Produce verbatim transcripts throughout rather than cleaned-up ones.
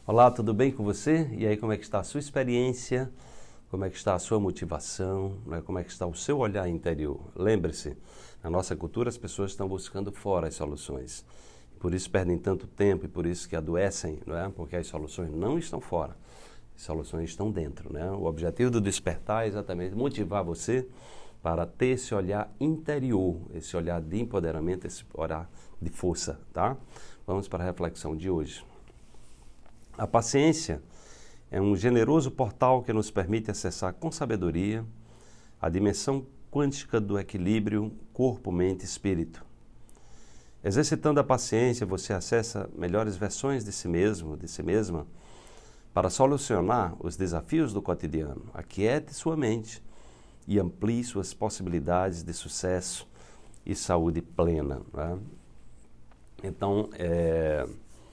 Olá, tudo bem com você? E aí, como é que está a sua experiência? Como é que está a sua motivação? Né? Como é que está o seu olhar interior? Lembre-se, na nossa cultura as pessoas estão buscando fora as soluções. Por isso perdem tanto tempo e por isso que adoecem, não é? Porque as soluções não estão fora, as soluções estão dentro, né? O objetivo do despertar é exatamente motivar você para ter esse olhar interior, esse olhar de empoderamento, esse olhar de força, tá? Vamos para a reflexão de hoje. A paciência é um generoso portal que nos permite acessar com sabedoria a dimensão quântica do equilíbrio corpo, mente e espírito. Exercitando a paciência, você acessa melhores versões de si mesmo, de si mesma, para solucionar os desafios do cotidiano. Aquiete sua mente e amplie suas possibilidades de sucesso e saúde plena, né? Então, é...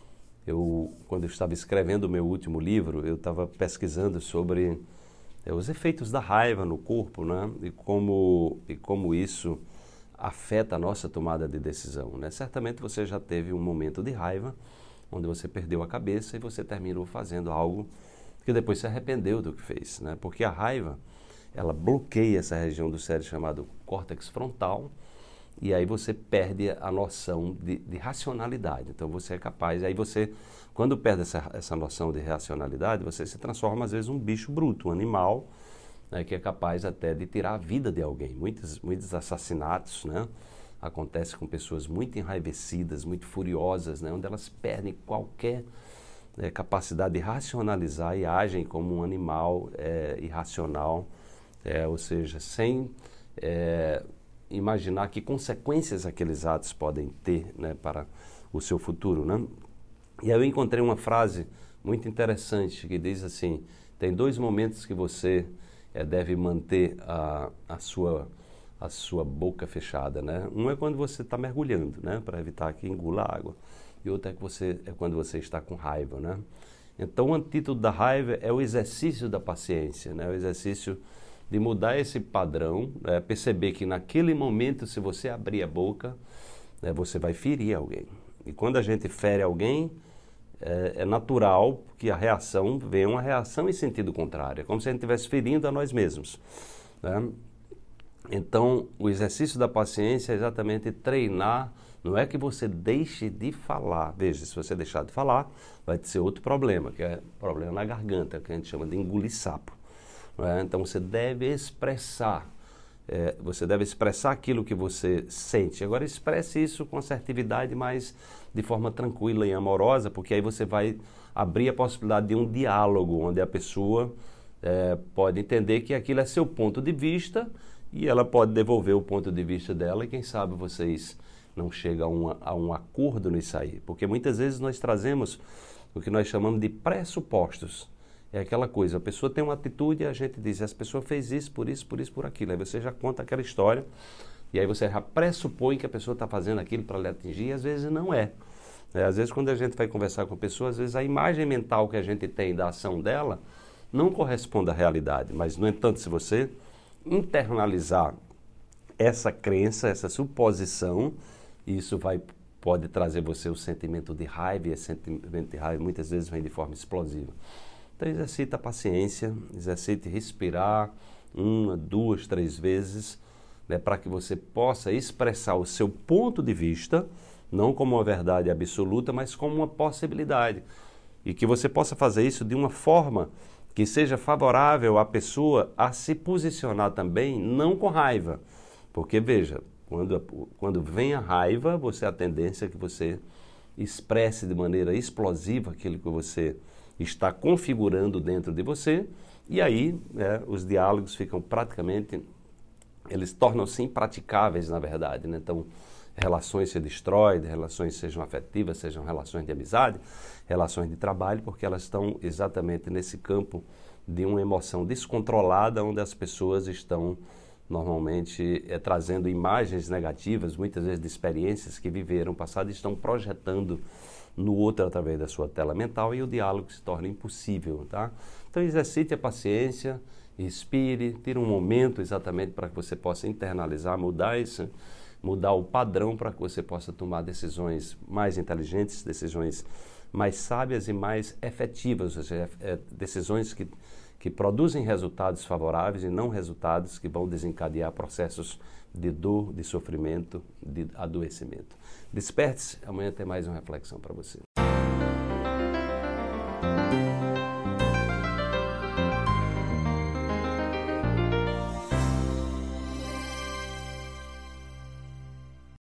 Eu, quando eu estava escrevendo o meu último livro, eu estava pesquisando sobre é, os efeitos da raiva no corpo, né? E como, e como isso afeta a nossa tomada de decisão, né? Certamente você já teve um momento de raiva, onde você perdeu a cabeça e você terminou fazendo algo que depois se arrependeu do que fez, né? Porque a raiva, ela bloqueia essa região do cérebro chamado córtex frontal, e aí você perde a noção de, de racionalidade. Então você é capaz, aí você, quando perde essa, essa noção de racionalidade, você se transforma às vezes num bicho bruto, um animal, né, que é capaz até de tirar a vida de alguém. Muitos, muitos assassinatos, né, acontecem com pessoas muito enraivecidas, muito furiosas, né, onde elas perdem qualquer é, capacidade de racionalizar e agem como um animal é, irracional, é, ou seja, sem... É, imaginar que consequências aqueles atos podem ter, né, para o seu futuro, né? E aí eu encontrei uma frase muito interessante que diz assim: tem dois momentos que você é, deve manter a, a, sua, a sua boca fechada, né? Um é quando você está mergulhando, né, para evitar que engula água, e outro é, que você, é quando você está com raiva, né? Então o antídoto da raiva é o exercício da paciência, né? O exercício de mudar esse padrão, né? Perceber que naquele momento, se você abrir a boca, né, você vai ferir alguém. E quando a gente fere alguém, é, é natural que a reação venha uma reação em sentido contrário. É como se a gente estivesse ferindo a nós mesmos, né? Então, o exercício da paciência é exatamente treinar. Não é que você deixe de falar. Veja, se você deixar de falar, vai ser outro problema, que é problema na garganta, que a gente chama de engolir sapo. É? Então você deve expressar, é, você deve expressar aquilo que você sente. Agora expresse isso com assertividade, mas de forma tranquila e amorosa, porque aí você vai abrir a possibilidade de um diálogo, onde a pessoa é, pode entender que aquilo é seu ponto de vista e ela pode devolver o ponto de vista dela, e quem sabe vocês não chegam a um, a um acordo nisso aí. Porque muitas vezes nós trazemos o que nós chamamos de pressupostos. É aquela coisa, a pessoa tem uma atitude e a gente diz, essa pessoa fez isso, por isso, por isso, por aquilo. Aí você já conta aquela história e aí você já pressupõe que a pessoa está fazendo aquilo para lhe atingir, e às vezes não é. é. Às vezes quando a gente vai conversar com a pessoa, às vezes a imagem mental que a gente tem da ação dela não corresponde à realidade. Mas, no entanto, se você internalizar essa crença, essa suposição, isso vai, pode trazer você o sentimento de raiva, e esse sentimento de raiva muitas vezes vem de forma explosiva. Então exercite a paciência, exercite respirar uma, duas, três vezes, né, para que você possa expressar o seu ponto de vista, não como uma verdade absoluta, mas como uma possibilidade. E que você possa fazer isso de uma forma que seja favorável à pessoa a se posicionar também, não com raiva. Porque, veja, quando, quando vem a raiva, você a tendência é que você expresse de maneira explosiva aquilo que você está configurando dentro de você, e aí é, os diálogos ficam praticamente, eles tornam-se impraticáveis, na verdade, né? Então, relações se destroem, relações sejam afetivas, sejam relações de amizade, relações de trabalho, porque elas estão exatamente nesse campo de uma emoção descontrolada, onde as pessoas estão normalmente é, trazendo imagens negativas, muitas vezes de experiências que viveram no passado, e estão projetando no outro através da sua tela mental, e o diálogo se torna impossível, tá? Então exercite a paciência, respire, tire um momento exatamente para que você possa internalizar, mudar isso, mudar o padrão para que você possa tomar decisões mais inteligentes, decisões mais sábias e mais efetivas, ou seja, é, é, decisões que, que produzem resultados favoráveis e não resultados que vão desencadear processos de dor, de sofrimento, de adoecimento. Desperte-se, amanhã tem mais uma reflexão para você.